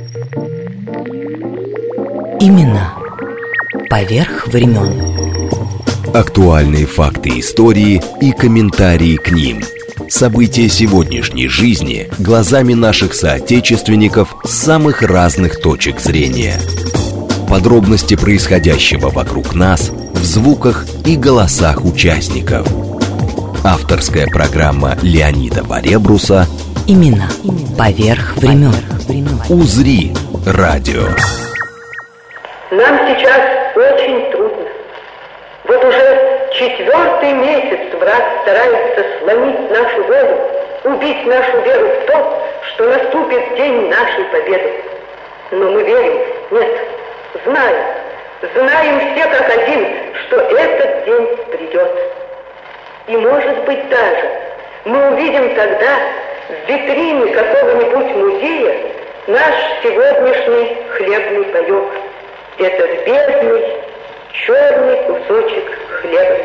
Имена поверх времен. Актуальные факты истории и комментарии к ним. События сегодняшней жизни глазами наших соотечественников с самых разных точек зрения. Подробности происходящего вокруг нас в звуках и голосах участников. Авторская программа Леонида Варебруса Имена поверх времен. «Узри радио». Нам сейчас очень трудно. Вот уже 4-й месяц враг старается сломить нашу волю, убить нашу веру в то, что наступит день нашей победы. Но мы верим, нет, знаем все как один, что этот день придет. И может быть даже мы увидим тогда в витрине какого-нибудь музея наш сегодняшний хлебный паёк. Этот бедный, черный кусочек хлеба.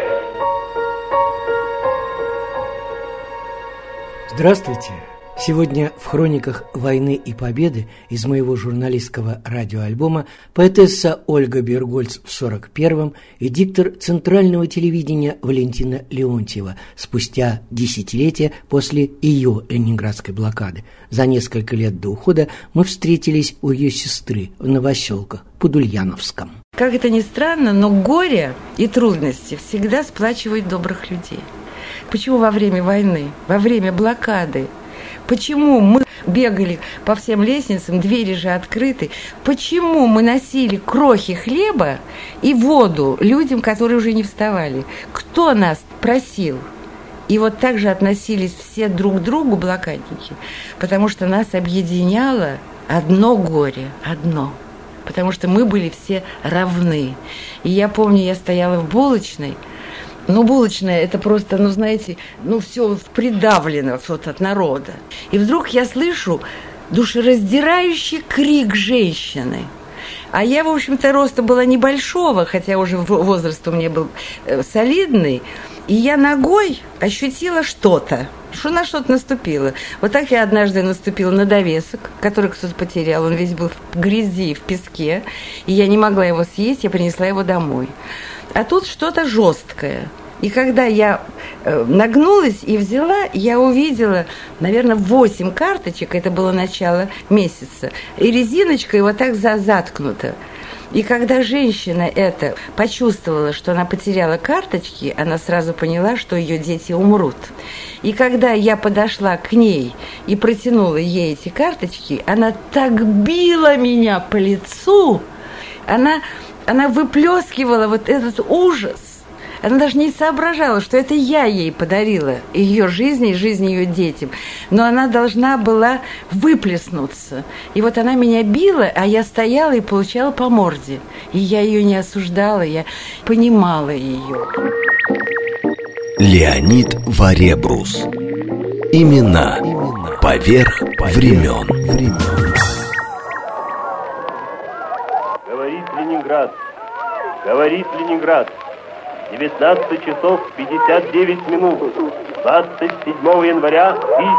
Здравствуйте! Сегодня в хрониках «Войны и победы» из моего журналистского радиоальбома поэтесса Ольга Бергольц в 41-м и диктор Центрального телевидения Валентина Леонтьева спустя десятилетия после ее ленинградской блокады. За несколько лет до ухода мы встретились у ее сестры в Новоселках под Ульяновском. Как это ни странно, но горе и трудности всегда сплачивают добрых людей. Почему во время войны, во время блокады? Почему мы бегали по всем лестницам, двери же открыты? Почему мы носили крохи хлеба и воду людям, которые уже не вставали? Кто нас просил? И вот так же относились все друг к другу блокадники, потому что нас объединяло одно горе, одно. Потому что мы были все равны. И я помню, я стояла в булочной. Булочная, это просто, знаете, все придавлено вот от народа. И вдруг я слышу душераздирающий крик женщины. А я, в общем-то, роста была небольшого, хотя уже возраст у меня был солидный. И я ногой ощутила что-то, что на что-то наступило. Вот так я однажды наступила на довесок, который кто-то потерял. Он весь был в грязи, в песке. И я не могла его съесть, я принесла его домой. А тут что-то жесткое. И когда я нагнулась и взяла, я увидела, наверное, 8 карточек, это было начало месяца, и резиночкой вот так заткнута. И когда женщина это почувствовала, что она потеряла карточки, она сразу поняла, что ее дети умрут. И когда я подошла к ней и протянула ей эти карточки, она так била меня по лицу, она выплескивала вот этот ужас. Она даже не соображала, что это я ей подарила ее жизни и жизнь ее детям. Но она должна была выплеснуться. И вот она меня била, а я стояла и получала по морде. И я ее не осуждала, я понимала ее. Леонид Варебрус. Имена поверх времен. Говорит Ленинград. Говорит Ленинград. 19 часов 59 минут. 27 января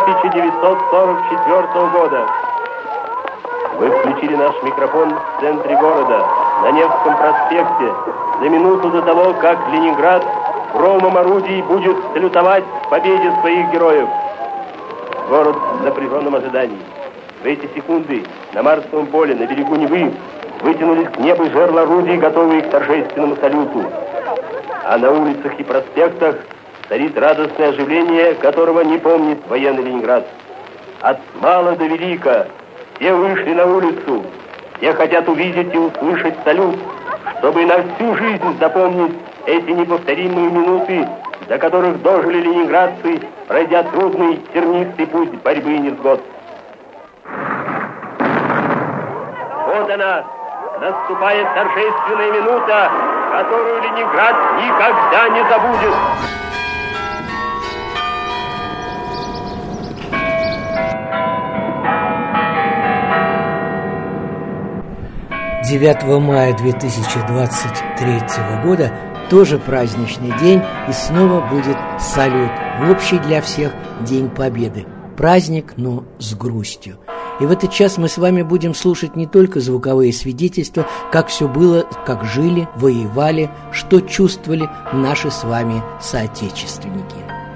1944 года. Вы включили наш микрофон в центре города, на Невском проспекте, за минуту до того, как Ленинград громом орудий будет салютовать победе своих героев. Город в напряженном ожидании. В эти секунды на Марсовом поле, на берегу Невы, вытянулись к небу жерла орудий, готовые к торжественному салюту. А на улицах и проспектах царит радостное оживление, которого не помнит военный Ленинград. От мала до велика все вышли на улицу, все хотят увидеть и услышать салют, чтобы на всю жизнь запомнить эти неповторимые минуты, до которых дожили ленинградцы, пройдя трудный, тернистый путь борьбы и невзгод. Вот она, наступает торжественная минута, которую Ленинград никогда не забудет. 9 мая 2023 года тоже праздничный день, и снова будет салют в общий для всех День Победы. Праздник, но с грустью. И в этот час мы с вами будем слушать не только звуковые свидетельства, как все было, как жили, воевали, что чувствовали наши с вами соотечественники.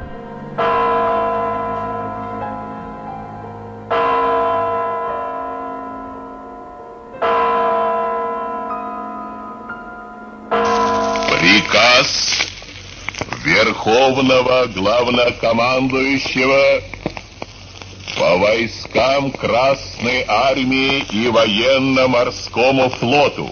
Приказ Верховного Главнокомандующего по войскам Красной Армии и Военно-Морскому флоту.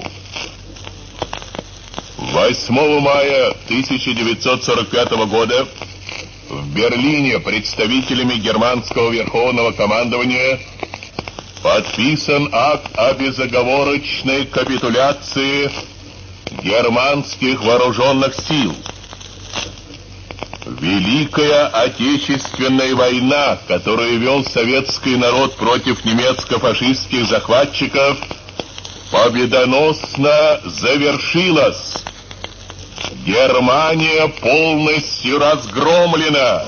8 мая 1945 года в Берлине представителями германского Верховного командования подписан акт о безоговорочной капитуляции германских вооруженных сил. Великая Отечественная война, которую вел советский народ против немецко-фашистских захватчиков, победоносно завершилась. Германия полностью разгромлена.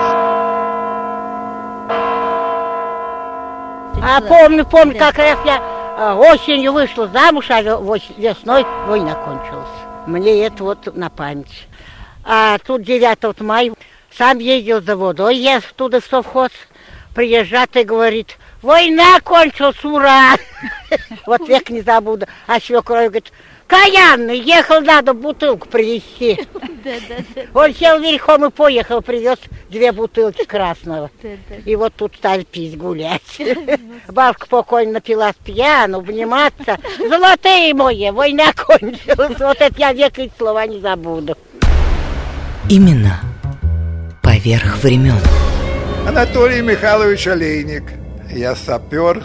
Помню, как раз я осенью вышла замуж, а весной война кончилась. Мне это вот на память. А тут 9 мая сам ездил за водой, я туда в совхоз, приезжает и говорит: война кончилась, ура! Вот век не забуду. А свекровь говорит: каянный, ехал, надо бутылку привезти. Он сел верхом и поехал, привез 2 бутылки красного. И вот тут стали пить, гулять. Бабка покойно напилась пьяно, обниматься. Золотые мои, война кончилась. Вот это я век эти слова не забуду. Именно поверх времен. Анатолий Михайлович Олейник. Я сапер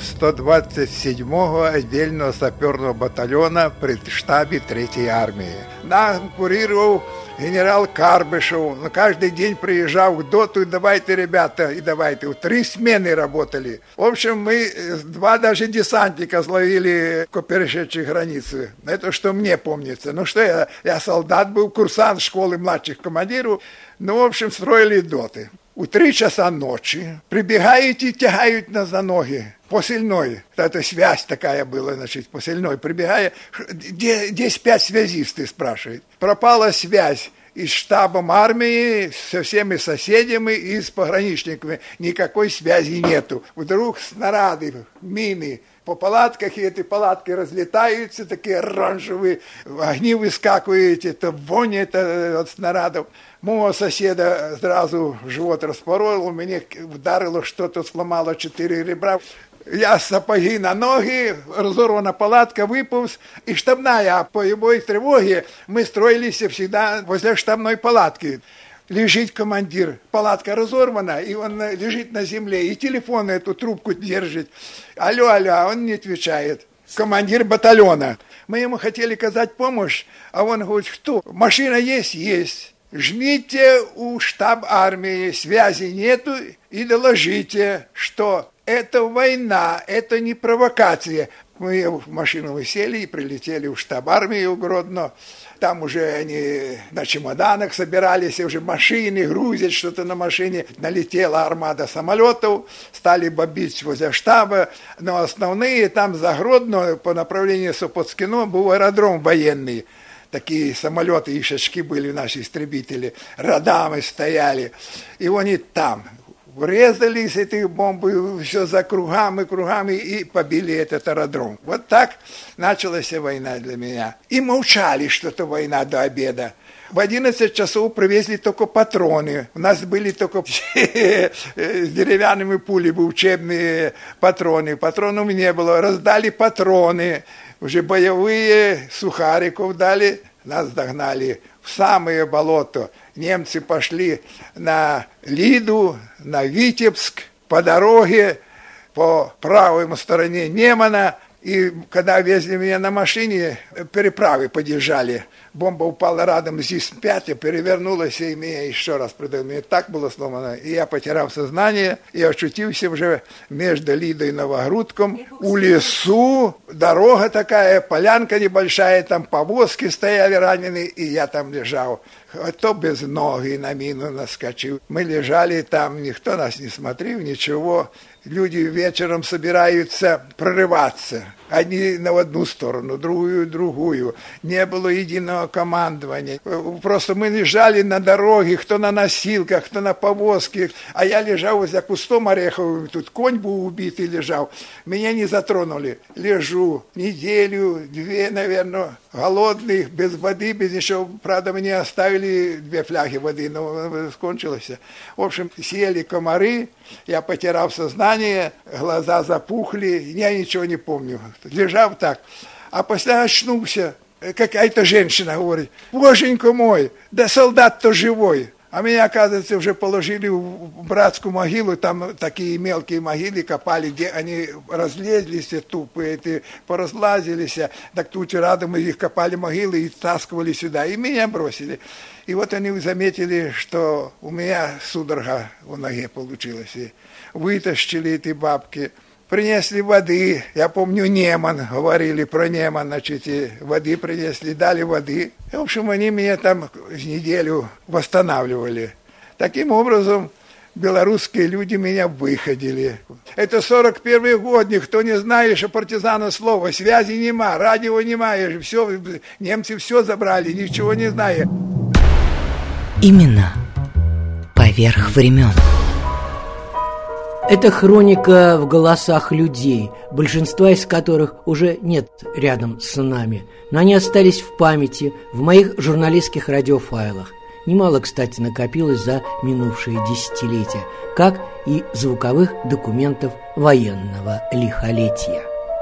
127-го отдельного саперного батальона при штабе 3-й армии. Нам курировал генерал Карбышев. На каждый день приезжал к доту, и давайте, ребята, и давайте. 3 смены работали. В общем, мы 2 даже десантника словили к перешедшей границы. Это что мне помнится. Ну что, я солдат был, курсант школы младших командиров. Ну, в общем, строили доты. У 3 часа ночи прибегают и тягают нас за ноги. Посыльной, это связь такая была, значит, посыльной, прибегая, где спят связисты, спрашивает. Пропала связь и с штабом армии, со всеми соседями и с пограничниками. Никакой связи нету. Вдруг снаряды, мины по палатках, и эти палатки разлетаются, такие оранжевые, огни выскакивают, это вонь это от снарядов. Моего соседа сразу живот распорол, у меня ударило что-то, сломало 4 ребра. Я сапоги на ноги, разорвана палатка, выполз. И штабная, по любой тревоге мы строились всегда возле штабной палатки. Лежит командир, палатка разорвана, и он лежит на земле, и телефон эту трубку держит. Алло, алло, он не отвечает. Командир батальона. Мы ему хотели оказать помощь, а он говорит: что, машина есть? Есть. Жмите у штаб армии, связи нету, и доложите, что это война, это не провокация. Мы в машину сели и прилетели в штаб армии в Гродно. Там уже они на чемоданах собирались, уже машины грузят что-то на машине. Налетела армада самолетов, стали бомбить возле штаба. Но основные там за Гродно по направлению Сопоцкино был аэродром военный. Такие самолеты, ишачки были наши истребители, радамы стояли. И они там врезались, эти бомбы, все за кругами, и побили этот аэродром. Вот так началась война для меня. И молчали, что это война до обеда. В 11 часов привезли только патроны. У нас были только с деревянными пулями учебные патроны. Патронов не было. Раздали патроны. Уже боевые, сухариков дали. Нас догнали в самое болото. Немцы пошли на Лиду, на Витебск, по дороге, по правой стороне Немана. И когда везли меня на машине, переправы подъезжали. Бомба упала рядом с ЗИС-5, перевернулась, и меня еще раз придавило. Мне так было сломано. И я потерял сознание, и очутился уже между Лидой и Новогрудком, у лесу, дорога такая, полянка небольшая, там повозки стояли раненые, и я там лежал. А то без ноги на мину наскочил. Мы лежали там, никто нас не смотрел, ничего. Люди вечером собираются прорываться. Одни на одну сторону, другую. Не было единого командования. Просто мы лежали на дороге, кто на носилках, кто на повозке. А я лежал возле кустом ореховым, тут конь был убитый лежал. Меня не затронули. Лежу неделю, две, наверное, голодных, без воды, без ничего. Правда, мне оставили 2 фляги воды, но скончилось. В общем, съели комары, я потерял сознание, глаза запухли, я ничего не помню. Лежал так. А после очнулся, какая-то женщина говорит: «Боженька мой, да солдат-то живой». А меня, оказывается, уже положили в братскую могилу, там такие мелкие могилы копали, где они разлезлись, тупые, поразлазились, так тут рядом их копали могилы и таскивали сюда, и меня бросили. И вот они заметили, что у меня судорога в ноге получилась, и вытащили эти бабки. Принесли воды, я помню, Неман, говорили про Неман, значит, воды принесли, дали воды. И, в общем, они меня там неделю восстанавливали. Таким образом, белорусские люди меня выходили. Это 41 год, никто не знает, что партизаны слова, связи нема, радио нема, все, немцы все забрали, ничего не знают. Именно поверх времен. Это хроника в голосах людей, большинства из которых уже нет рядом с нами, но они остались в памяти, в моих журналистских радиофайлах. Немало, кстати, накопилось за минувшие десятилетия, как и звуковых документов военного лихолетия.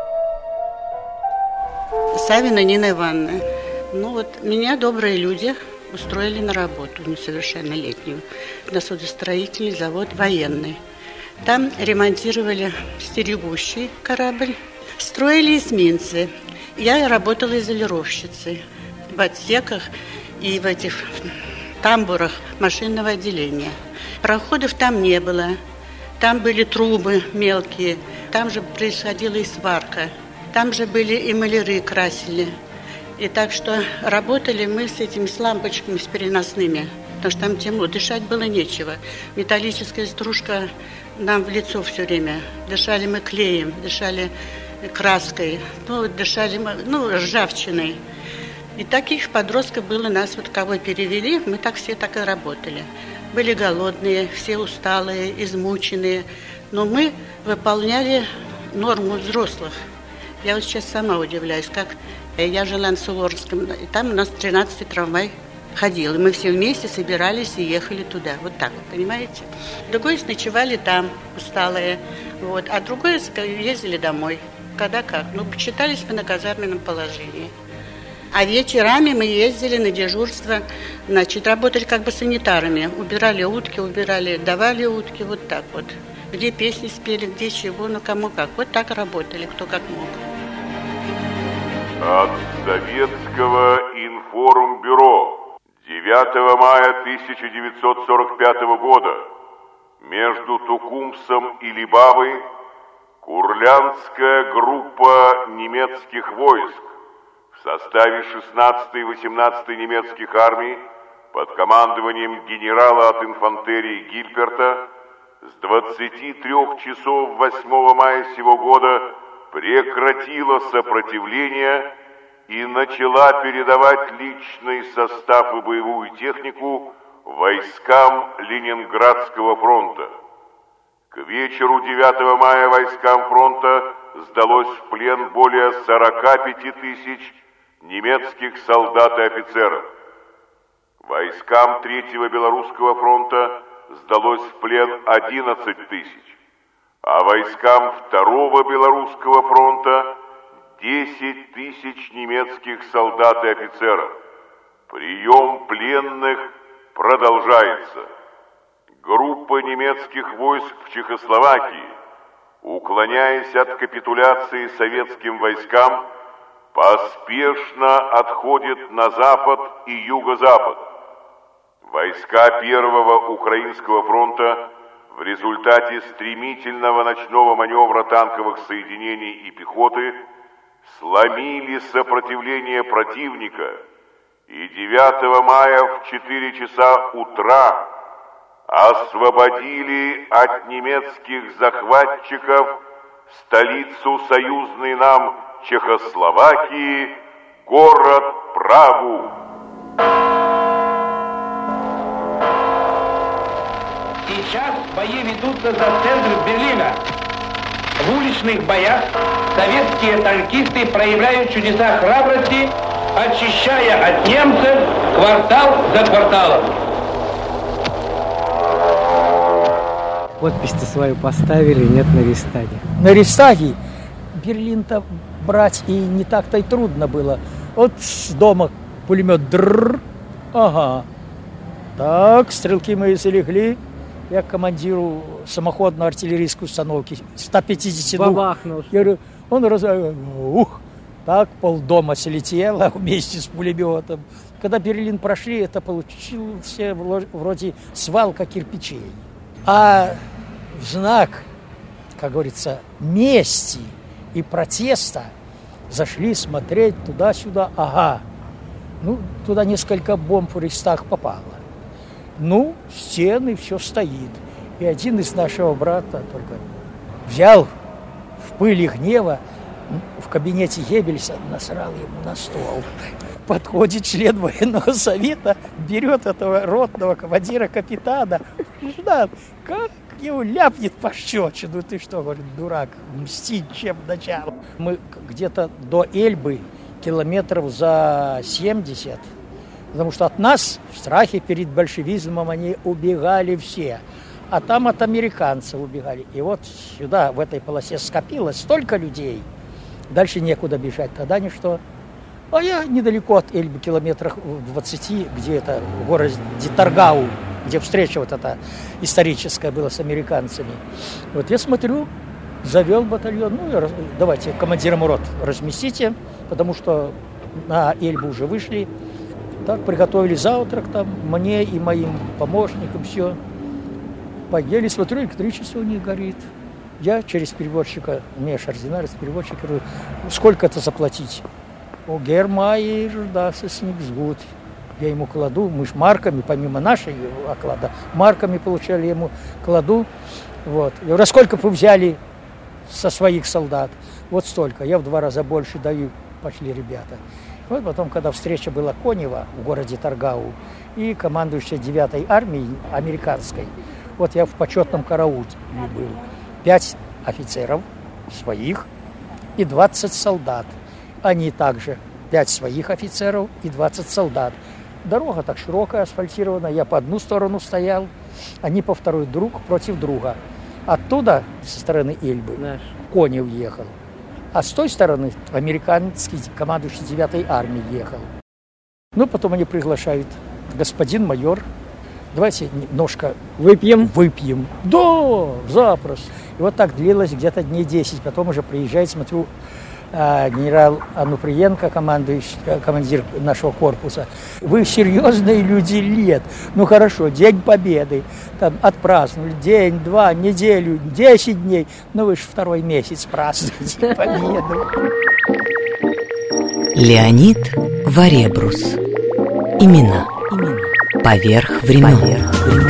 Савина Нина Ивановна. Меня добрые люди устроили на работу несовершеннолетнюю на судостроительный завод военный. Там ремонтировали стерегущий корабль, строили эсминцы. Я работала изолировщицей в отсеках и в этих тамбурах машинного отделения. Проходов там не было. Там были трубы мелкие, там же происходила и сварка. Там же были и маляры красили. И так что работали мы с этими лампочками, с переносными, потому что там темно, дышать было нечего. Металлическая стружка нам в лицо все время. Дышали мы клеем, дышали краской, дышали мы, ржавчиной. И таких подростков было нас, кого перевели, мы все так и работали. Были голодные, все усталые, измученные, но мы выполняли норму взрослых. Я сейчас сама удивляюсь, как я жила на Суворовском, и там у нас 13-й трамвай ходил, и мы все вместе собирались и ехали туда, вот так, понимаете? Другой ночевали там, усталые, а другой ездили домой, когда как, почитались мы на казарменном положении. А вечерами мы ездили на дежурство, работали как бы санитарами, убирали утки, давали утки, вот так вот. Где песни спели, где чего, кому как, вот так работали, кто как мог. От Советского информбюро. 9 мая 1945 года между Тукумсом и Либавой курляндская группа немецких войск в составе 16-й и 18-й немецких армий под командованием генерала от инфантерии Гильперта с 23 часов 8 мая сего года прекратила сопротивление и начала передавать личный состав и боевую технику войскам Ленинградского фронта. К вечеру 9 мая войскам фронта сдалось в плен более 45 тысяч немецких солдат и офицеров. Войскам 3-го Белорусского фронта сдалось в плен 11 тысяч, а войскам 2-го Белорусского фронта 10 тысяч немецких солдат и офицеров. Прием пленных продолжается. Группа немецких войск в Чехословакии, уклоняясь от капитуляции советским войскам, поспешно отходит на запад и юго-запад. Войска 1-го Украинского фронта в результате стремительного ночного маневра танковых соединений и пехоты сломили сопротивление противника, и 9 мая в 4 часа утра освободили от немецких захватчиков столицу союзной нам Чехословакии, город Прагу. Сейчас бои ведутся за центр Берлина. В уличных боях советские танкисты проявляют чудеса храбрости, очищая от немцев квартал за кварталом. Подпись-то свою поставили, нет на Рейхстаге. На Рейхстаге Берлин-то брать и не так-то и трудно было. Вот с дома пулемет дрррр, ага. Так, стрелки мои залегли. Я к командиру самоходной артиллерийской установки 152. Бабахнул. Я говорю, он так полдома слетело вместе с пулеметом. Когда Берлин прошли, это получился вроде свалка кирпичей. А в знак, как говорится, мести и протеста зашли смотреть туда-сюда. Ага, ну, туда несколько бомб в Рейхстаг попало. Ну, стены, все стоит. И один из нашего брата только взял в пыли гнева в кабинете Геббельса, насрал ему на стол. Подходит член военного совета, берет этого ротного командира капитана. Ждан, как его ляпнет пощечину. Ты что, говорит, дурак, мстить чем начало. Мы где-то до Эльбы километров за 70. Потому что от нас в страхе перед большевизмом они убегали все. А там от американцев убегали. И вот сюда, в этой полосе, скопилось столько людей. Дальше некуда бежать. Тогда ничто. А я недалеко от Эльбы, километрах в 20, где это, в городе Таргау, где встреча вот эта историческая была с американцами. Вот я смотрю, завел батальон. Ну, давайте командирам рот разместите, потому что на Эльбу уже вышли. Так, приготовили завтрак там, мне и моим помощникам, все. Поели, смотрю, электричество у них горит. Я через переводчика, мне ординарец, переводчик, говорю, сколько это заплатить? О, Гермайер, да, сосниксгуд. Я ему кладу, мы ж марками, помимо нашей оклада, марками получали, ему кладу. Вот. Я говорю, а сколько вы взяли со своих солдат? Вот столько. Я в 2 раза больше даю, пошли ребята. Вот потом, когда встреча была Конева в городе Таргау и командующая 9-й армией американской, вот я в почетном карауле был. 5 офицеров своих и 20 солдат. Они также 5 своих офицеров и 20 солдат. Дорога так широкая, асфальтированная. Я по одну сторону стоял, они по второй, друг против друга. Оттуда, со стороны Эльбы, Конев ехал. А с той стороны американский командующий 9-й армией ехал. Ну, потом они приглашают, господин майор, давайте немножко выпьем. Да, запросто. И вот так длилось где-то дней 10. Потом уже приезжает, смотрю, генерал Ануприенко, командир нашего корпуса. Вы серьезные люди или нет? Ну хорошо, День Победы. Там отпраздновали день, 2, неделю, 10 дней. Ну вы же 2-й месяц празднуете Победу. Леонид Варебрус. Имена. Поверх времен.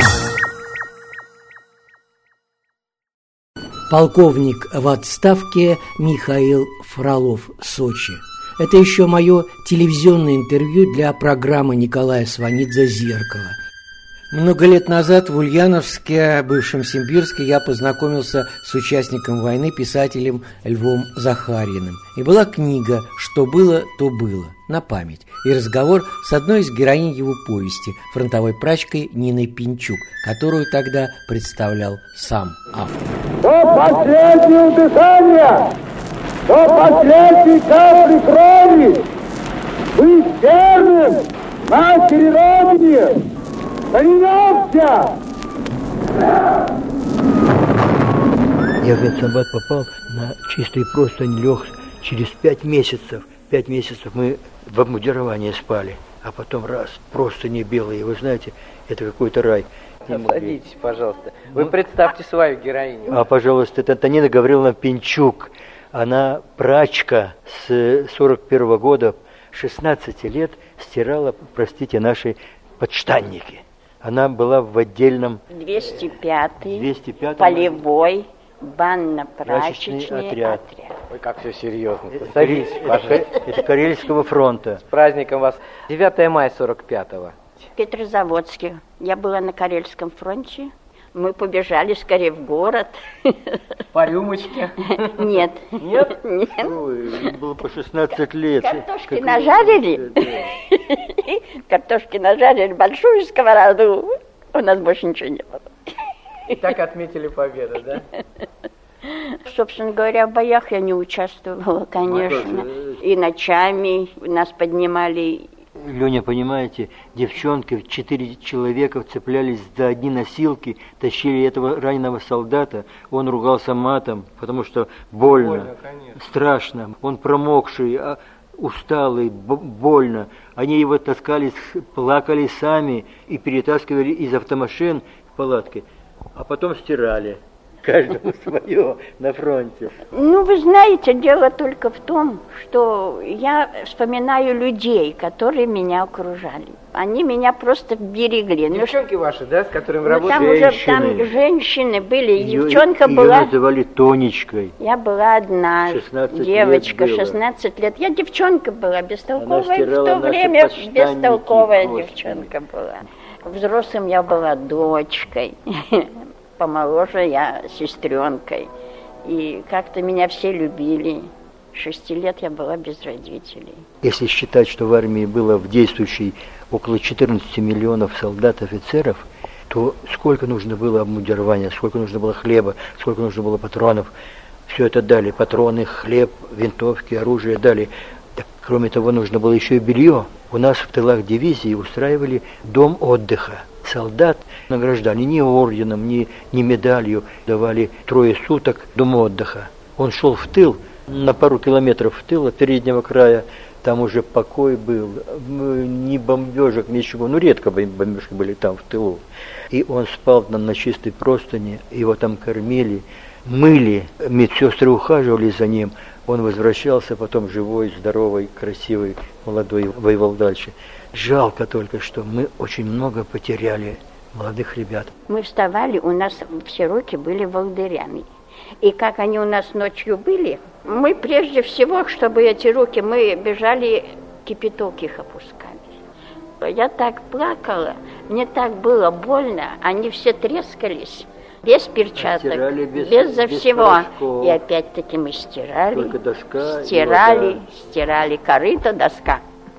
Полковник в отставке Михаил Фролов, Сочи. Это еще мое телевизионное интервью для программы Николая Сванидзе «Зеркало». Много лет назад в Ульяновске, бывшем Симбирске, я познакомился с участником войны, писателем Львом Захарьиным. И была книга «Что было, то было» на память. И разговор с одной из героинь его повести, фронтовой прачкой Ниной Пинчук, которую тогда представлял сам автор. До последнего дыхания, до последней капли крови быть верным матери Родине! Клянемся! Я в медсанбат попал на чистый простынь, лег через 5 месяцев. 5 месяцев мы в обмундировании спали, а потом раз, простыни белые, вы знаете, это какой-то рай. Садитесь, пожалуйста. Вы представьте свою героиню. Пожалуйста, это Нина Гавриловна Пинчук. Она прачка с 41 года, 16 лет стирала, простите, наши подштанники. Она была в отдельном 205-й полевой банно-прачечный отряд. Ой, как все серьезно. Это Карельского фронта. С праздником вас. 9 мая 45-го. В Петрозаводске. Я была на Карельском фронте. Мы побежали скорее в город. По рюмочке? Нет. Нет? Нет. Ой, было по 16 лет. Картошки нажарили. Картошки нажарили, большую сковороду. У нас больше ничего не было. И так отметили победу, да? Собственно говоря, в боях я не участвовала, конечно. И ночами нас поднимали. Леня, понимаете, девчонки, 4 человека цеплялись за одни носилки, тащили этого раненого солдата. Он ругался матом, потому что больно страшно. Он промокший, усталый, больно. Они его таскали, плакали сами и перетаскивали из автомашин в палатки, а потом стирали. Каждому свое на фронте. Ну, вы знаете, дело только в том, что я вспоминаю людей, которые меня окружали. Они меня просто берегли. Девчонки ваши, да, с которыми работали? Там уже там женщины были, девчонка ее была... называли Тонечкой. Я была одна, девочка, 16 лет. Я девчонка была, бестолковая, в то время бестолковая девчонка была. Взрослым я была дочкой. Помоложе я сестренкой. И как-то меня все любили. 6 лет я была без родителей. Если считать, что в армии было в действующей около 14 миллионов солдат, офицеров, то сколько нужно было обмундирования, сколько нужно было хлеба, сколько нужно было патронов. Все это дали. Патроны, хлеб, винтовки, оружие дали. Так, кроме того, нужно было еще и белье. У нас в тылах дивизии устраивали дом отдыха. Солдат награждали ни орденом, ни медалью, давали 3 суток дом отдыха. Он шел в тыл, на пару километров в тыл от переднего края, там уже покой был, ни бомбежек, ничего, редко бомбежки были там в тылу. И он спал на чистой простыне, его там кормили, мыли, медсестры ухаживали за ним. Он возвращался потом живой, здоровый, красивый, молодой, воевал дальше. Жалко только, что мы очень много потеряли молодых ребят. Мы вставали, у нас все руки были волдырями. И как они у нас ночью были, мы прежде всего, чтобы эти руки, мы бежали, кипяток их опускали. Я так плакала, мне так было больно, они все трескались. Без перчаток, без всего. Порошков. И опять-таки мы стирали. Только доска. Стирали корыто, доска.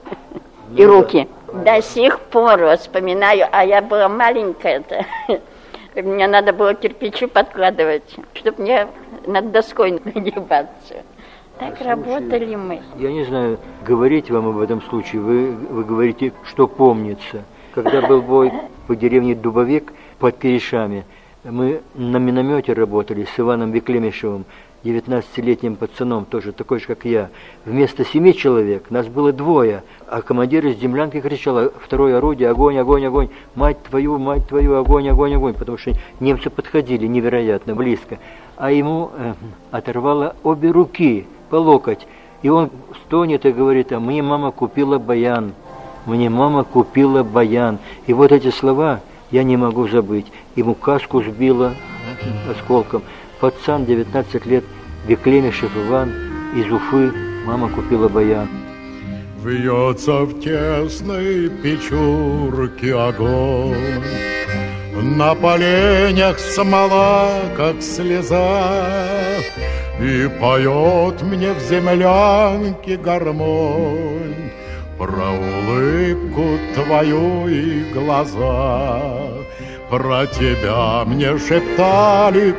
И руки. До сих пор вспоминаю, а я была маленькая-то. Мне надо было кирпичи подкладывать, чтобы мне над доской нагибаться. Так работали мы. Я не знаю, говорить вам об этом случае, вы говорите, что помнится. Когда был бой по деревне Дубовик под Киришами, мы на миномете работали с Иваном Веклемишевым, 19-летним пацаном, тоже такой же, как я. Вместо 7 человек нас было 2, а командир из землянки кричал: 2-е орудие, огонь, огонь, огонь, мать твою, огонь, огонь, огонь, потому что немцы подходили невероятно близко. А ему оторвало обе руки по локоть, и он стонет и говорит: а мне мама купила баян, мне мама купила баян. И вот эти слова я не могу забыть. Ему каску сбило осколком. Пацан, 19 лет, Веклемишев Иван, из Уфы, мама купила баян. Вьется в тесной печурке огонь, на поленях смола, как слеза, и поет мне в землянке гармонь про улыбку твою и глаза. Про тебя мне шептали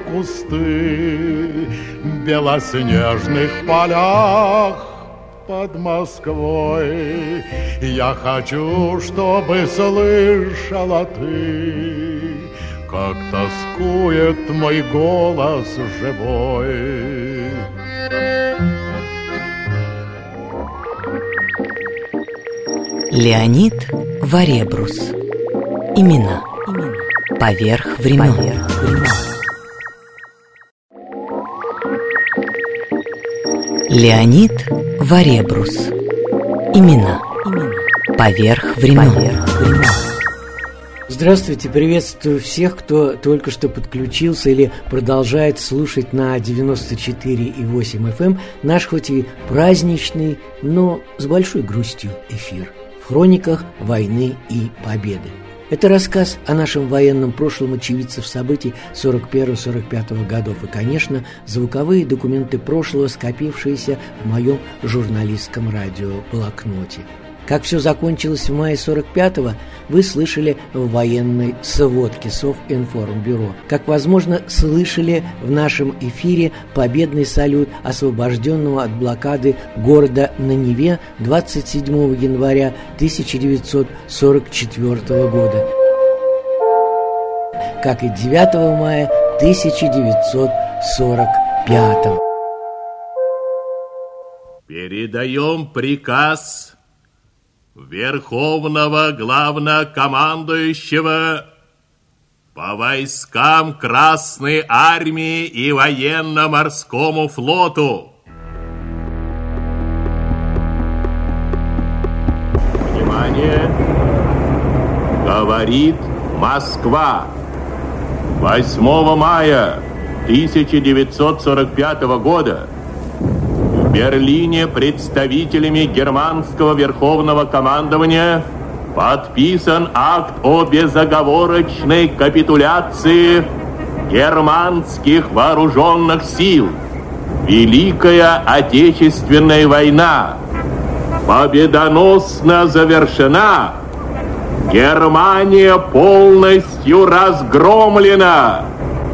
кусты в белоснежных полях под Москвой. Я хочу, чтобы слышала ты, как тоскует мой голос живой. Леонид Варебрус. Имена. Поверх времен. Леонид Варебрус. Имена. Поверх времен. Здравствуйте, приветствую всех, кто только что подключился или продолжает слушать на 94,8 FM наш хоть и праздничный, но с большой грустью эфир в хрониках войны и победы. Это рассказ о нашем военном прошлом очевидцев событий 41-45 годов и, конечно, звуковые документы прошлого, скопившиеся в моем журналистском радиоблокноте. Как все закончилось в мае 45-го, вы слышали в военной сводке Совинформбюро. Как, возможно, слышали в нашем эфире победный салют освобожденного от блокады города на Неве 27 января 1944 года, как и 9 мая 1945. Передаем приказ Верховного Главнокомандующего по войскам Красной Армии и Военно-Морскому флоту. Внимание! Говорит Москва. 8 мая 1945 года в Берлине представителями германского верховного командования подписан акт о безоговорочной капитуляции германских вооруженных сил. Великая Отечественная война победоносно завершена. Германия полностью разгромлена.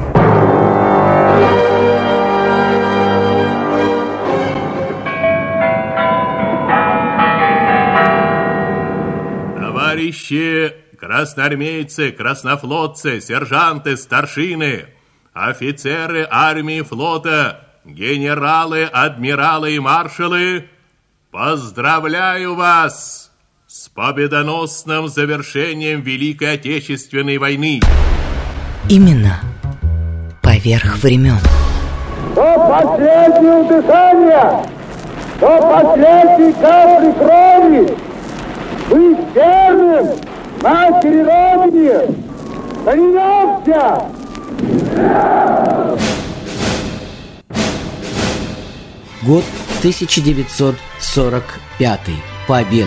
Товарищи красноармейцы, краснофлотцы, сержанты, старшины, офицеры армии и флота, генералы, адмиралы и маршалы, поздравляю вас с победоносным завершением Великой Отечественной войны. Имена поверх времен. До последнего дыхания, до последней капли крови быть верным матери Родине! Клянемся! Год 1945. Победа.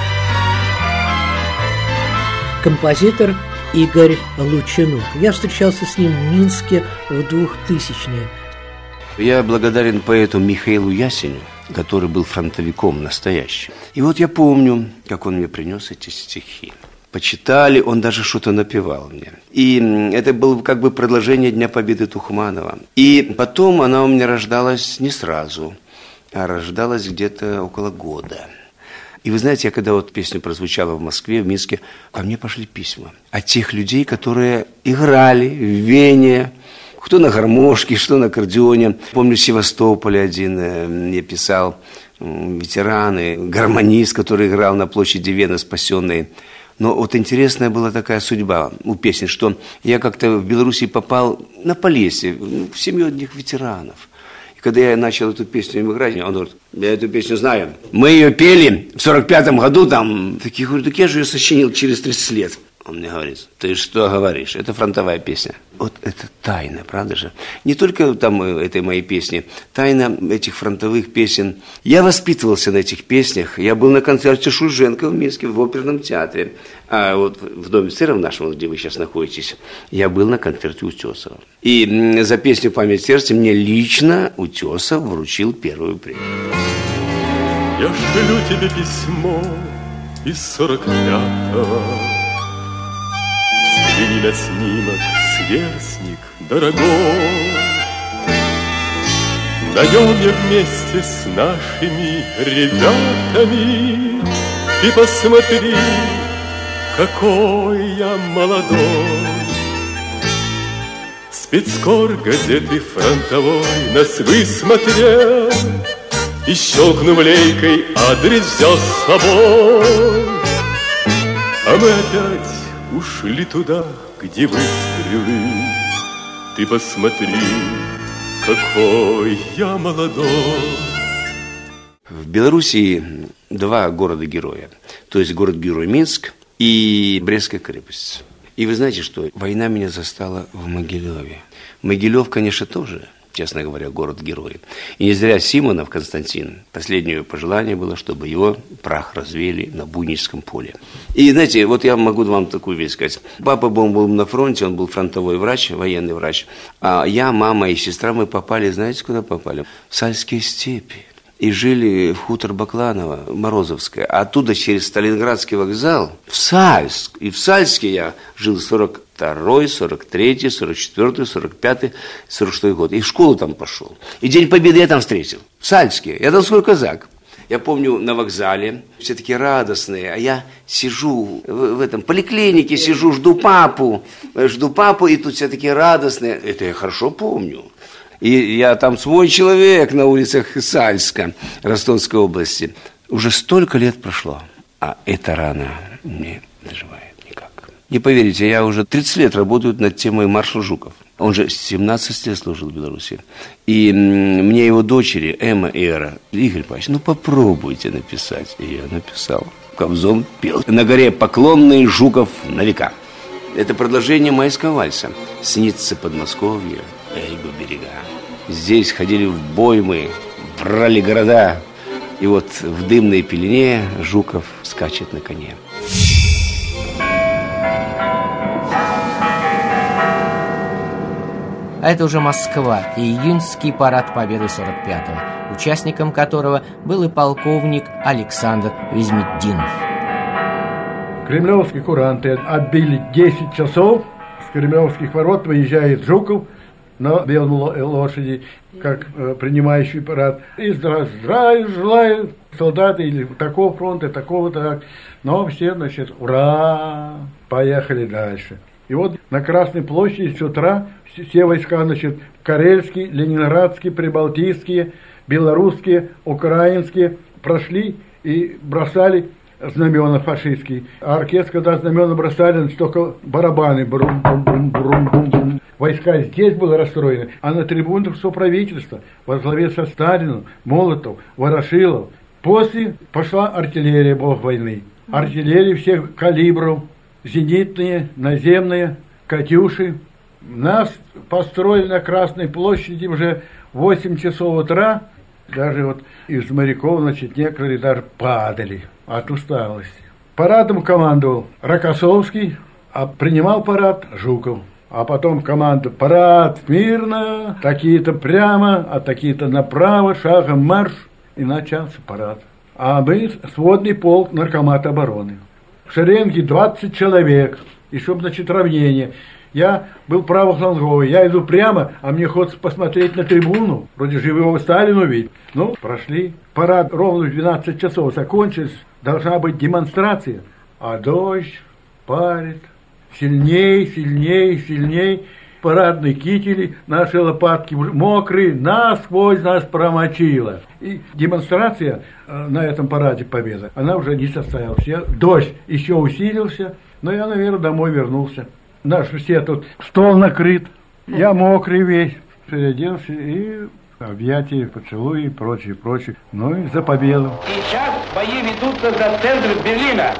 Композитор Игорь Лучинок. Я встречался с ним в Минске в 2000-е. Я благодарен поэту Михаилу Ясеню, который был фронтовиком настоящим. И вот я помню, как он мне принес эти стихи. Почитали, он даже что-то напевал мне. И это было как бы продолжение Дня Победы Тухманова. И потом она у меня рождалась не сразу, а рождалась где-то около года. И вы знаете, когда вот песня прозвучала в Москве, в Минске, ко мне пошли письма от тех людей, которые играли в Вене, кто на гармошке, что на аккордеоне. Помню, в Севастополе один мне писал ветеран, гармонист, который играл на площади Вены, спасенный. Но вот интересная была такая судьба у песни, что я как-то в Белоруссии попал на Полесье, в семью одних ветеранов. И когда я начал эту песню играть, он говорит: я эту песню знаю. Мы ее пели в 45-м году там. Так я говорю, так я же ее сочинил через 30 лет. Он мне говорит: ты что говоришь? Это фронтовая песня. Вот это тайна, правда же? Не только там этой моей песни, тайна этих фронтовых песен. Я воспитывался на этих песнях. Я был на концерте Шульженко в Минске, в оперном театре. А вот в Доме офицеров нашем, где вы сейчас находитесь, я был на концерте Утесова. И за песню «Память сердца» мне лично Утесов вручил первую премию. Я шлю тебе письмо из 45-го. Взгляни на снимок, сверстник дорогой. На нем я вместе с нашими ребятами. Ты посмотри, какой я молодой. Спецкор газеты фронтовой нас высмотрел и, щелкнув лейкой, адрес взял с собой. А мы опять ушли туда, где выстрелы. Ты посмотри, какой я молодой. В Белоруссии два города-героя. То есть город-герой Минск и Брестская крепость. И вы знаете, что война меня застала в Могилеве. Могилев, конечно, тоже, честно говоря, город-герой. И не зря Симонов Константин, последнее пожелание было, чтобы его прах развеяли на Буйническом поле. И, знаете, вот я могу вам такую вещь сказать. Папа был на фронте, он был фронтовой врач, военный врач. А я, мама и сестра, мы попали, знаете, куда попали? В Сальские степи. И жили в хутор Бакланово, Морозовское. А оттуда через Сталинградский вокзал в Сальск. И в Сальске я жил 42-й, 43-й, 44-й, 45-й, 46-й год. И в школу там пошел. И День Победы я там встретил. В Сальске. Я там свой казак. Я помню, на вокзале все такие радостные, а я сижу в этом поликлинике, сижу, жду папу, и тут все такие радостные. Это я хорошо помню. И я там свой человек на улицах Сальска, Ростовской области. Уже столько лет прошло, а эта рана не заживает никак. Не поверите, я уже 30 лет работаю над темой маршала Жуков. Он же 17 лет служил в Беларуси. И мне его дочери, Эмма и Эра, Игорь Павлович, ну попробуйте написать. И я написал. Кобзон пел. На горе Поклонной Жуков на века. Это продолжение майского вальса. Снится Подмосковье, Эльба берега. Здесь ходили в бой мы, брали города. И вот в дымной пелене Жуков скачет на коне. А это уже Москва и июньский парад Победы 45-го, участником которого был и полковник Александр Визметдинов. Кремлевские куранты отбили 10 часов. С Кремлевских ворот выезжает Жуков на белой лошади, как принимающий парад. И здравия желают солдаты или такого фронта, такого так. Но все, значит, ура, поехали дальше. И вот на Красной площади с утра все войска, значит, карельские, ленинградские, прибалтийские, белорусские, украинские прошли и бросали знамена фашистские. А оркестр, когда знамена бросали, значит, только барабаны. Брум-бум-бум-бум-бум-бум. Войска здесь были расстроены, а на трибунах все правительство во главе со Сталиным, Молотов, Ворошилов. После пошла артиллерия, бог войны. Артиллерия всех калибров, зенитные, наземные, «Катюши». Нас построили на Красной площади уже в 8 часов утра. Даже вот из моряков, значит, некоторые даже падали от усталости. Парадом командовал Рокоссовский, а принимал парад Жуков. А потом команда: парад мирно, такие-то прямо, а такие-то направо, шагом марш. И начался парад. А мы сводный полк наркомата обороны. В шеренге 20 человек. И чтоб, значит, равнение. Я был правофланговый, я иду прямо, а мне хочется посмотреть на трибуну, вроде живого Сталина увидеть. Ну, прошли. Парад ровно в 12 часов закончился, должна быть демонстрация. А дождь парит, сильней, сильней, сильней. Парадные кители, наши лопатки мокрые, насквозь нас промочило. И демонстрация на этом параде Победы, она уже не состоялась. Дождь еще усилился, но я, наверное, домой вернулся. Наши все тут стол накрыт, я мокрый весь, переоделся и объятия, поцелуи и прочее, прочее. Ну и за победу. Сейчас бои ведутся за центр Берлина.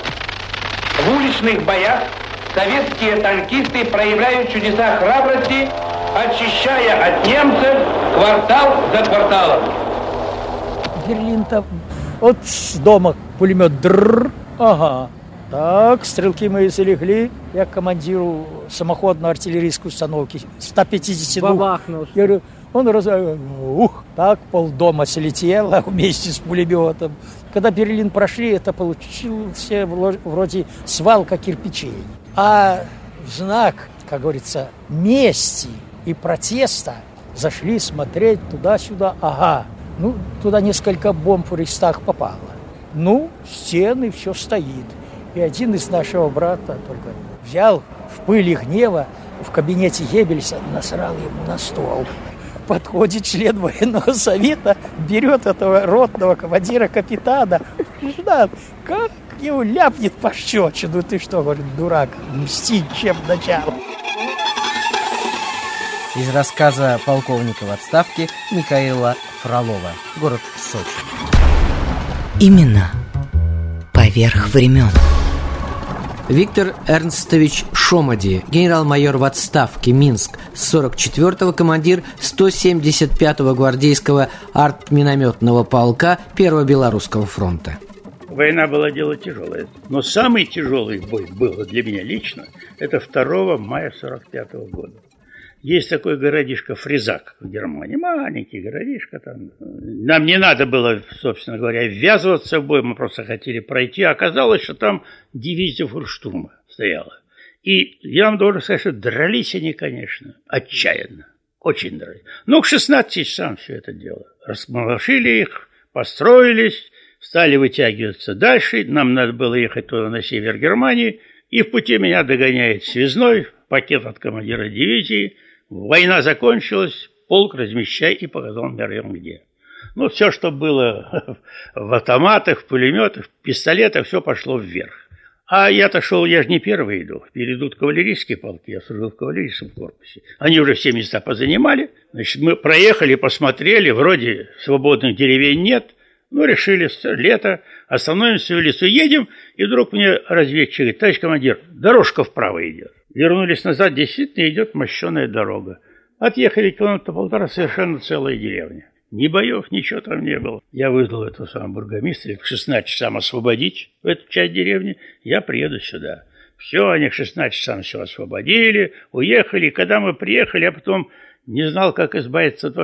В уличных боях советские танкисты проявляют чудеса храбрости, очищая от немцев квартал за кварталом. Берлин-то вот с дома пулемет дрррр, ага. Так, стрелки мои залегли, я к командиру самоходной артиллерийской установки 152. Бабахнул. Я говорю, он так полдома слетело вместе с пулеметом. Когда Берлин прошли, это получился вроде свалка кирпичей. А в знак, как говорится, мести и протеста зашли смотреть туда-сюда. Ага, ну, туда несколько бомб в Рейхстаг попало. Ну, стены, все стоит. И один из нашего брата только взял в пыли гнева в кабинете Геббельса, насрал ему на стол. Подходит член военного совета, берет этого ротного командира капитана. Ждат, как его ляпнет пощечину. Ты что, говорит, дурак, мстить чем начало. Из рассказа полковника в отставке Михаила Фролова. Город Сочи. Имена поверх времен. Виктор Эрнстович Шомоди, генерал-майор в отставке, Минск, с 44-го командир 175-го гвардейского артминометного полка 1-го Белорусского фронта. Война была дело тяжелое, но самый тяжелый бой был для меня лично, это 2 мая 45-го года. Есть такой городишко Фризак в Германии, маленький городишко там. Нам не надо было, собственно говоря, ввязываться в бой, мы просто хотели пройти. Оказалось, что там дивизия фурштурма стояла. И я вам должен сказать, что дрались они, конечно, отчаянно, очень дрались. Но к 16 часам все это дело. Расмолошили их, построились, стали вытягиваться дальше. Нам надо было ехать туда на север Германии. И в пути меня догоняет связной, пакет от командира дивизии. Война закончилась, полк размещай, и показал мне район где. Ну, все, что было в автоматах, в пулеметах, в пистолетах, все пошло вверх. А я-то шел, я же не первый иду. Идут кавалерийские полки, я служил в кавалерийском корпусе. Они уже все места позанимали. Значит, мы проехали, посмотрели, вроде свободных деревень нет. Ну, решили, лето, остановимся в лесу, едем, и вдруг мне разведчик говорит: товарищ командир, дорожка вправо идет. Вернулись назад, действительно идет мощеная дорога. Отъехали километра полтора, совершенно целая деревня. Ни боев, ничего там не было. Я вызвал этого самого бургомистра, к 16 часам освободить эту часть деревни, я приеду сюда. Все, они к 16 часам все освободили, уехали. Когда мы приехали, я потом не знал, как избавиться от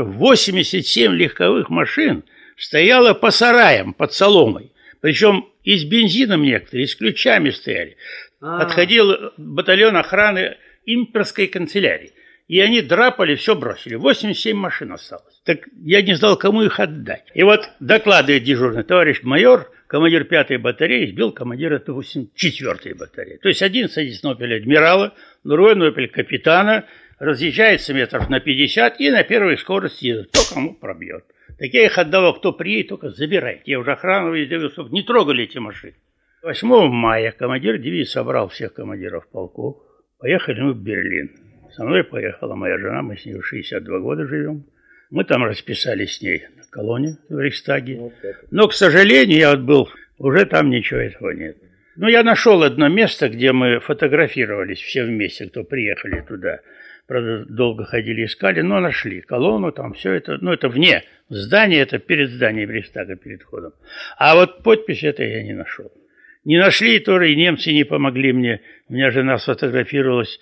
87 легковых машин стояло по сараям, под соломой. Причем и с бензином некоторые, и с ключами стояли. Отходил батальон охраны имперской канцелярии. И они драпали, все бросили. 87 машин осталось. Так я не знал, кому их отдать. И вот докладывает дежурный: товарищ майор, командир 5-й батареи сбил командира 4-й батареи. То есть один садится на «Опель» адмирала, другой на «Опель» капитана, разъезжается метров на 50 и на первой скорости едет. Кто кому пробьет. Так я их отдавал, кто приедет, только забирайте. Я уже охрану везде, чтобы не трогали эти машины. 8 мая командир дивизии собрал всех командиров полков. Поехали мы в Берлин. Со мной поехала моя жена, мы с ней 62 года живем. Мы там расписались с ней на колонне в Рейхстаге. Но, к сожалению, я вот был, уже там ничего этого нет. Но я нашел одно место, где мы фотографировались все вместе, кто приехали туда. Правда, долго ходили, искали, но нашли колонну, там все это, ну, это вне здания, это перед зданием Рейхстага, перед входом. А вот подпись это я не нашел. Не нашли, тоже и немцы не помогли мне. У меня жена сфотографировалась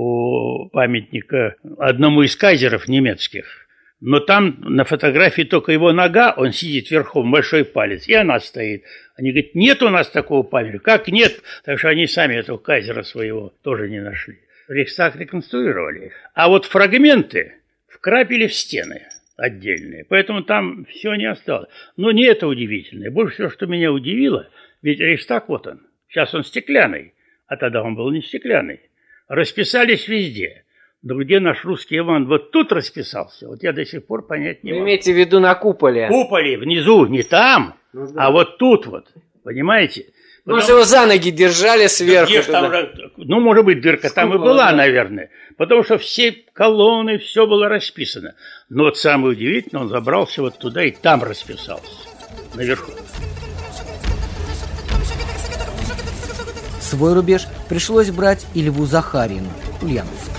у памятника одному из кайзеров немецких. Но там на фотографии только его нога, он сидит верхом, большой палец, и она стоит. Они говорят: нет у нас такого памятника. Как нет? Так что они сами этого кайзера своего тоже не нашли. Рейхстаг реконструировали. А вот фрагменты вкрапили в стены отдельные. Поэтому там все не осталось. Но не это удивительное. Больше всего, что меня удивило, ведь Рейхстаг вот он. Сейчас он стеклянный, а тогда он был не стеклянный. Расписались везде. Да где наш русский Иван вот тут расписался, вот я до сих пор понять не могу. Вы имеете в виду на куполе? Куполе, внизу, не там, а вот тут вот, понимаете? Может, его за ноги держали сверху? Там, ну, может быть, дырка там и была, наверное. Потому что все колонны, все было расписано. Но вот самое удивительное, он забрался вот туда и там расписался, наверху. Свой рубеж пришлось брать и Льву Захарину, Ульяновск.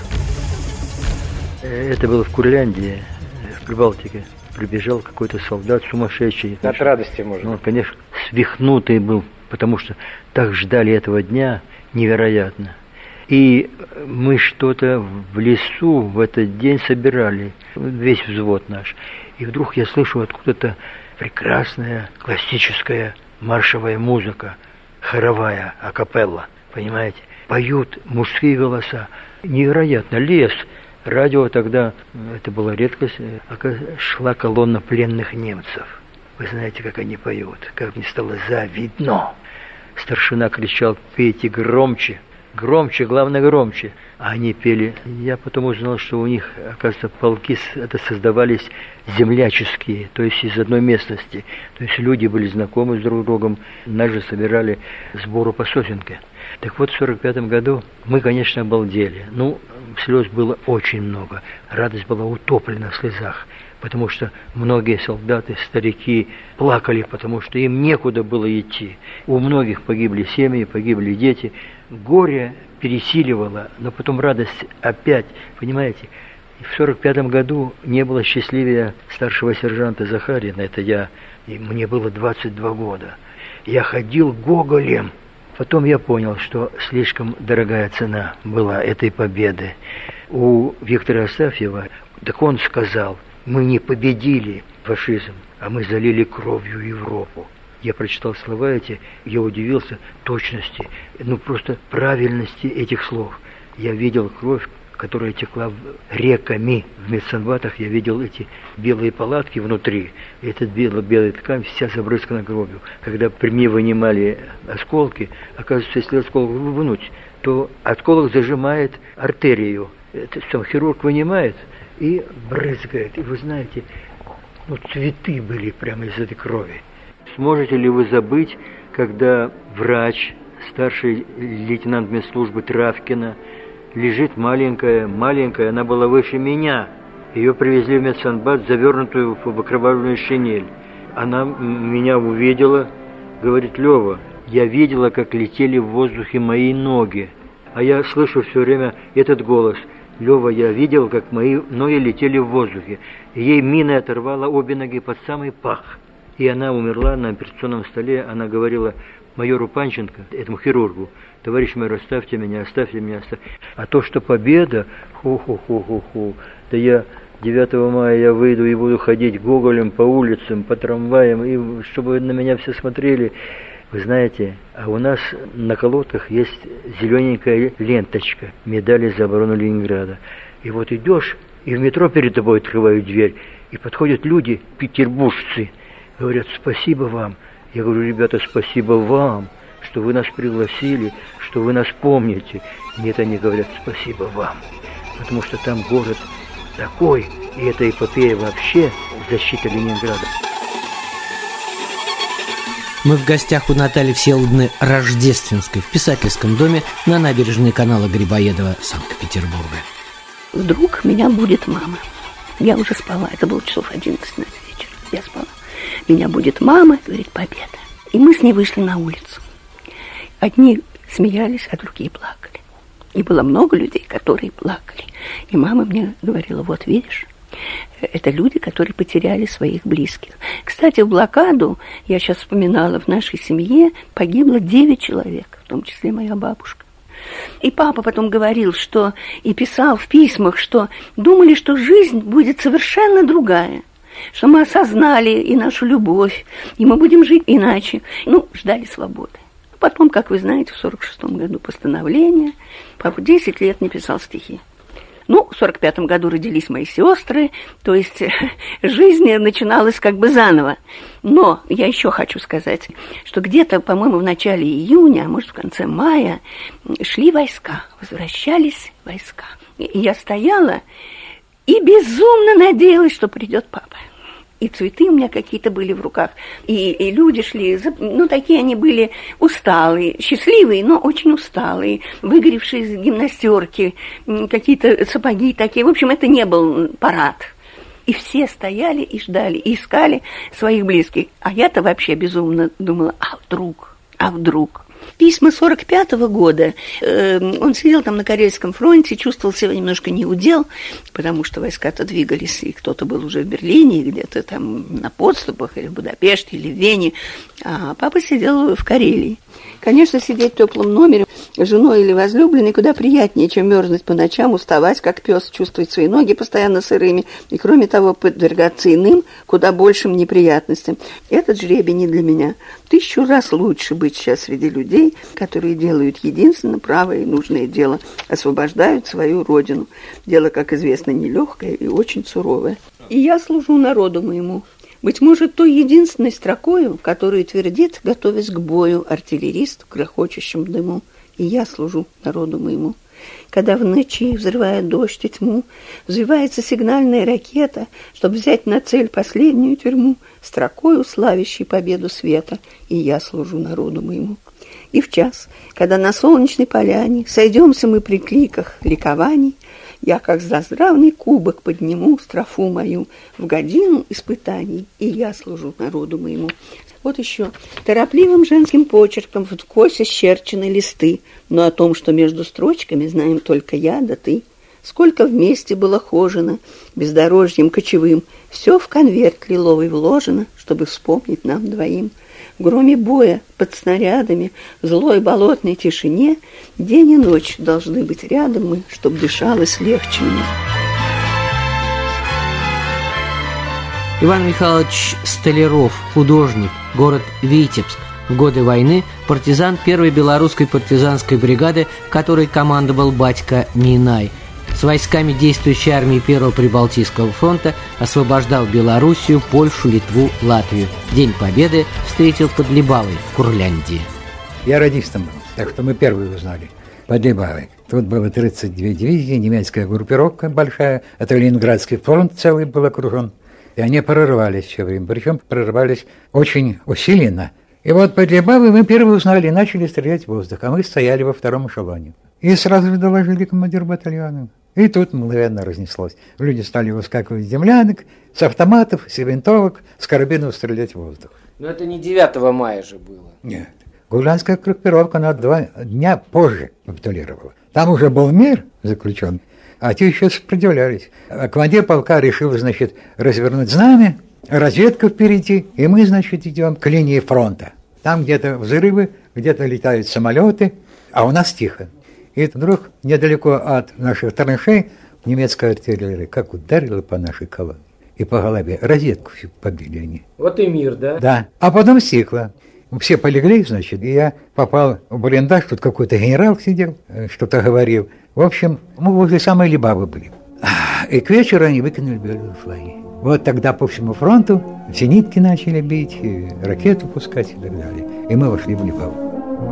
Это было в Курляндии, в Прибалтике. Прибежал какой-то солдат сумасшедший. От радости, может. Ну, он, конечно, свихнутый был, потому что так ждали этого дня невероятно. И мы что-то в лесу в этот день собирали, весь взвод наш. И вдруг я слышу откуда-то прекрасная классическая маршевая музыка, хоровая, акапелла, понимаете? Поют мужские голоса. Невероятно. Лес. Радио тогда, это была редкость, шла колонна пленных немцев. Вы знаете, как они поют, как мне стало завидно. Старшина кричал: пейте громче, громче, главное громче. А они пели. Я потом узнал, что у них, оказывается, полки это создавались земляческие, то есть из одной местности. То есть люди были знакомы с друг другом, нас же собирали сбору по сосенке. Так вот, в 1945 году мы, конечно, обалдели. Ну, слез было очень много. Радость была утоплена в слезах. потому что многие солдаты, старики плакали, потому что им некуда было идти. У многих погибли семьи, погибли дети. Горе пересиливало, но потом радость опять, понимаете. В 45 году не было счастливее старшего сержанта Захарина, это я, и мне было 22 года. Я ходил гоголем. Потом я понял, что слишком дорогая цена была этой победы. У Виктора Астафьева, так он сказал, мы не победили фашизм, а мы залили кровью Европу. Я прочитал слова эти, я удивился точности, просто правильности этих слов. Я видел кровь, которая текла реками в медсанбатах, я видел эти белые палатки внутри, и эта белая ткань вся забрызгана кровью. Когда при мне вынимали осколки, оказывается, если осколок вынуть, то осколок зажимает артерию. Это сам хирург вынимает и брызгает. И вы знаете, цветы были прямо из этой крови. Сможете ли вы забыть, когда врач, старший лейтенант медслужбы Травкина, лежит маленькая, она была выше меня. Ее привезли в медсанбат, завернутую в окровавленную шинель. Она меня увидела, говорит: Лёва, я видела, как летели в воздухе мои ноги. А я слышу все время этот голос: Лёва, я видел, как мои ноги летели в воздухе. И ей миной оторвала обе ноги под самый пах. И она умерла на операционном столе. Она говорила майору Панченко, этому хирургу: товарищ майор, оставьте меня, оставьте меня. А то, что победа, да я 9 мая я выйду и буду ходить гоголем по улицам, по трамваям, и чтобы на меня все смотрели. Вы знаете, а у нас на колодках есть зелененькая ленточка, медали за оборону Ленинграда. И вот идешь, и в метро перед тобой открывают дверь, и подходят люди, петербуржцы, говорят: спасибо вам. Я говорю: ребята, спасибо вам, что вы нас пригласили, что вы нас помните. Нет, они говорят: спасибо вам, потому что там город такой, и эта эпопея вообще защита Ленинграда. Мы в гостях у Натальи Всеволодовны Рождественской в писательском доме на набережной канала Грибоедова Санкт-Петербурга. Вдруг меня будет мама. Я уже спала, это было часов 11 вечера. Я спала. Меня будет мама, говорит: победа. И мы с ней вышли на улицу. Одни смеялись, а другие плакали. И было много людей, которые плакали. И мама мне говорила: вот видишь, это люди, которые потеряли своих близких. Кстати, в блокаду, я сейчас вспоминала, в нашей семье погибло 9 человек, в том числе моя бабушка. И папа потом говорил, что и писал в письмах, что думали, что жизнь будет совершенно другая, что мы осознали и нашу любовь, и мы будем жить иначе. Ждали свободы. Потом, как вы знаете, в 46-м году постановление. Папа 10 лет не писал стихи. В 45-м году родились мои сестры, то есть жизнь начиналась как бы заново. Но я еще хочу сказать, что где-то, по-моему, в начале июня, а может в конце мая, шли войска, возвращались войска. И я стояла и безумно надеялась, что придет папа. И цветы у меня какие-то были в руках, и люди шли, такие они были усталые, счастливые, но очень усталые, выгоревшие из гимнастерки, какие-то сапоги такие. В общем, это не был парад. И все стояли и ждали, и искали своих близких. А я-то вообще безумно думала: а вдруг? Письма 45-го года, он сидел там на Карельском фронте, чувствовал себя немножко неудел, потому что войска-то двигались, и кто-то был уже в Берлине, где-то там на подступах, или в Будапеште, или в Вене, а папа сидел в Карелии. Конечно, сидеть в теплом номере с женой или возлюбленной куда приятнее, чем мерзнуть по ночам, уставать, как пес, чувствовать свои ноги постоянно сырыми, и, кроме того, подвергаться иным, куда большим неприятностям. Этот жребий не для меня. 1000 раз лучше быть сейчас среди людей, которые делают единственно правое и нужное дело, освобождают свою родину. Дело, как известно, нелегкое и очень суровое. И я служу народу моему. Быть может, той единственной строкою, которую твердит, готовясь к бою, артиллерист в грохочущем дыму. И я служу народу моему. Когда в ночи, взрывая дождь и тьму, взвивается сигнальная ракета, чтобы взять на цель последнюю тюрьму, строкою славящей победу света, и я служу народу моему. И в час, когда на солнечной поляне сойдемся мы при кликах ликований, Я, как заздравный кубок, подниму строфу мою в годину испытаний, и я служу народу моему. Вот еще. Торопливым женским почерком вкось исчерчены листы, но о том, что между строчками, знаем только я да ты. Сколько вместе было хожено, бездорожьем кочевым, все в конверт лиловый вложено, чтобы вспомнить нам двоим. В громе боя, под снарядами, в злой болотной тишине день и ночь должны быть рядом мы, чтоб дышалось легче мне. Иван Михайлович Столяров, художник, город Витебск. В годы войны партизан первой белорусской партизанской бригады, которой командовал батька Минай. С войсками действующей армии Первого Прибалтийского фронта освобождал Белоруссию, Польшу, Литву, Латвию. День Победы встретил под Либавой в Курляндии. Я радистом был, так что мы первые узнали. Под Либавой. Тут было 32 дивизии, немецкая группировка большая, это Ленинградский фронт целый был окружен. И они прорывались все время, причем прорывались очень усиленно. И вот под Либавой мы первые узнали и начали стрелять в воздух, а мы стояли во втором эшелоне. И сразу же доложили командир батальона. И тут мгновенно разнеслось. Люди стали выскакивать с землянок, с автоматов, с винтовок, с карабинов стрелять в воздух. Но это не 9 мая же было. Нет. Гулянская группировка на 2 дня позже капитулировала. Там уже был мир заключен, а те еще сопротивлялись. А командир полка решил, значит, развернуть знамя, разведка впереди, и мы, значит, идем к линии фронта. Там где-то взрывы, где-то летают самолеты, а у нас тихо. И вдруг недалеко от наших траншей немецкая артиллерия как ударила по нашей колонне и по голове. Розетку всю побили они. Вот и мир, да? Да. А потом стихло. Все полегли, значит, и я попал в блиндаж, тут какой-то генерал сидел, что-то говорил. В общем, мы возле самой Либавы были. И к вечеру они выкинули белые флаги. Вот тогда по всему фронту зенитки начали бить, ракету пускать и так далее. И мы вошли в Либаву.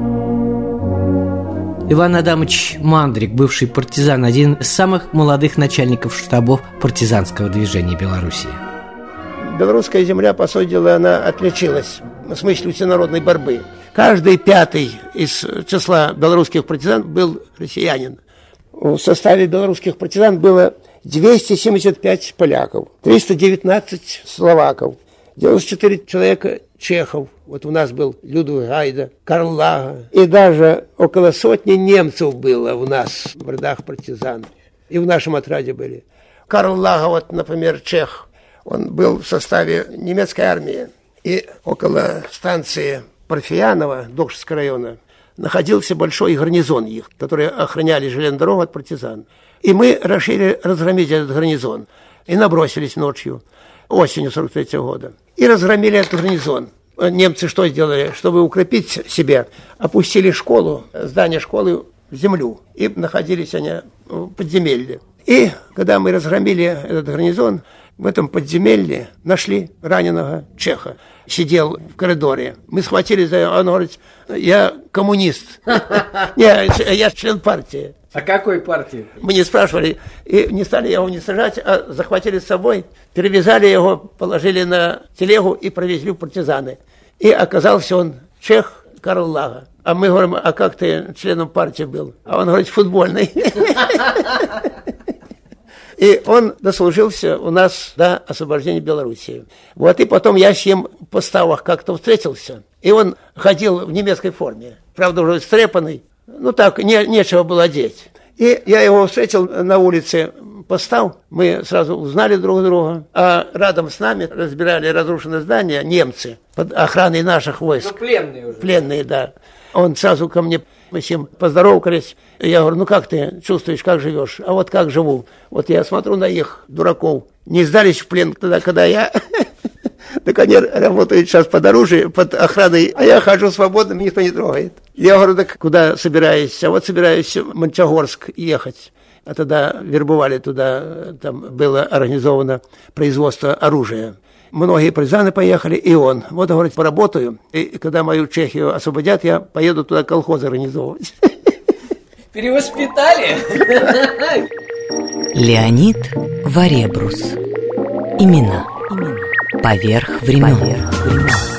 Иван Адамович Мандрик, бывший партизан, один из самых молодых начальников штабов партизанского движения Белоруссии. Белорусская земля, по сути дела, она отличилась в смысле всенародной борьбы. Каждый 5-й из числа белорусских партизан был россиянин. В составе белорусских партизан было 275 поляков, 319 словаков, 94 человека чехов. Вот у нас был Людвиг Гайда, Карл Лага. И даже около сотни немцев было у нас в рядах партизан. И в нашем отряде были. Карл Лага, вот, например, чех, он был в составе немецкой армии. И около станции Парфиянова, Докшинского района, находился большой гарнизон их, которые охраняли железную дорогу от партизан. И мы решили разгромить этот гарнизон. И набросились ночью, осенью 43-го года. И разгромили этот гарнизон. Немцы что сделали? Чтобы укрепить себя, опустили школу, здание школы в землю. И находились они в подземелье. И когда мы разгромили этот гарнизон, в этом подземелье нашли раненого чеха. Сидел в коридоре. Мы схватили за его, он говорит, я коммунист. Я член партии. А какой партии? Мы не спрашивали. И не стали его не сажать, а захватили с собой, перевязали его, положили на телегу и провезли в партизаны. И оказался он чех Карл Лага. А мы говорим, а как ты членом партии был? А он говорит, футбольный. И он дослужился у нас до освобождения Белоруссии. Вот и потом я с ним в поставах как-то встретился. И он ходил в немецкой форме. Правда, уже стрепанный. Ну так, нечего было одеть. И я его встретил на улице постав. Мы сразу узнали друг друга. А рядом с нами разбирали разрушенное здание немцы под охраной наших войск. Ну, пленные уже. Пленные, да. Он сразу ко мне, мы с ним поздоровались. Я говорю, ну как ты чувствуешь, как живешь? А вот как живу. Вот я смотрю на их, дураков. Не сдались в плен тогда, когда я... Так они работают сейчас под оружием, под охраной, а я хожу свободно, меня никто не трогает. Я говорю, так куда собираешься? А вот собираюсь в Мончегорск ехать. А тогда вербовали туда, там было организовано производство оружия. Многие партизаны поехали, и он. Вот, говорит, поработаю, и когда мою Чехию освободят, я поеду туда колхоз организовывать. Перевоспитали? Леонид Варебрус. Имена. Поверх времен.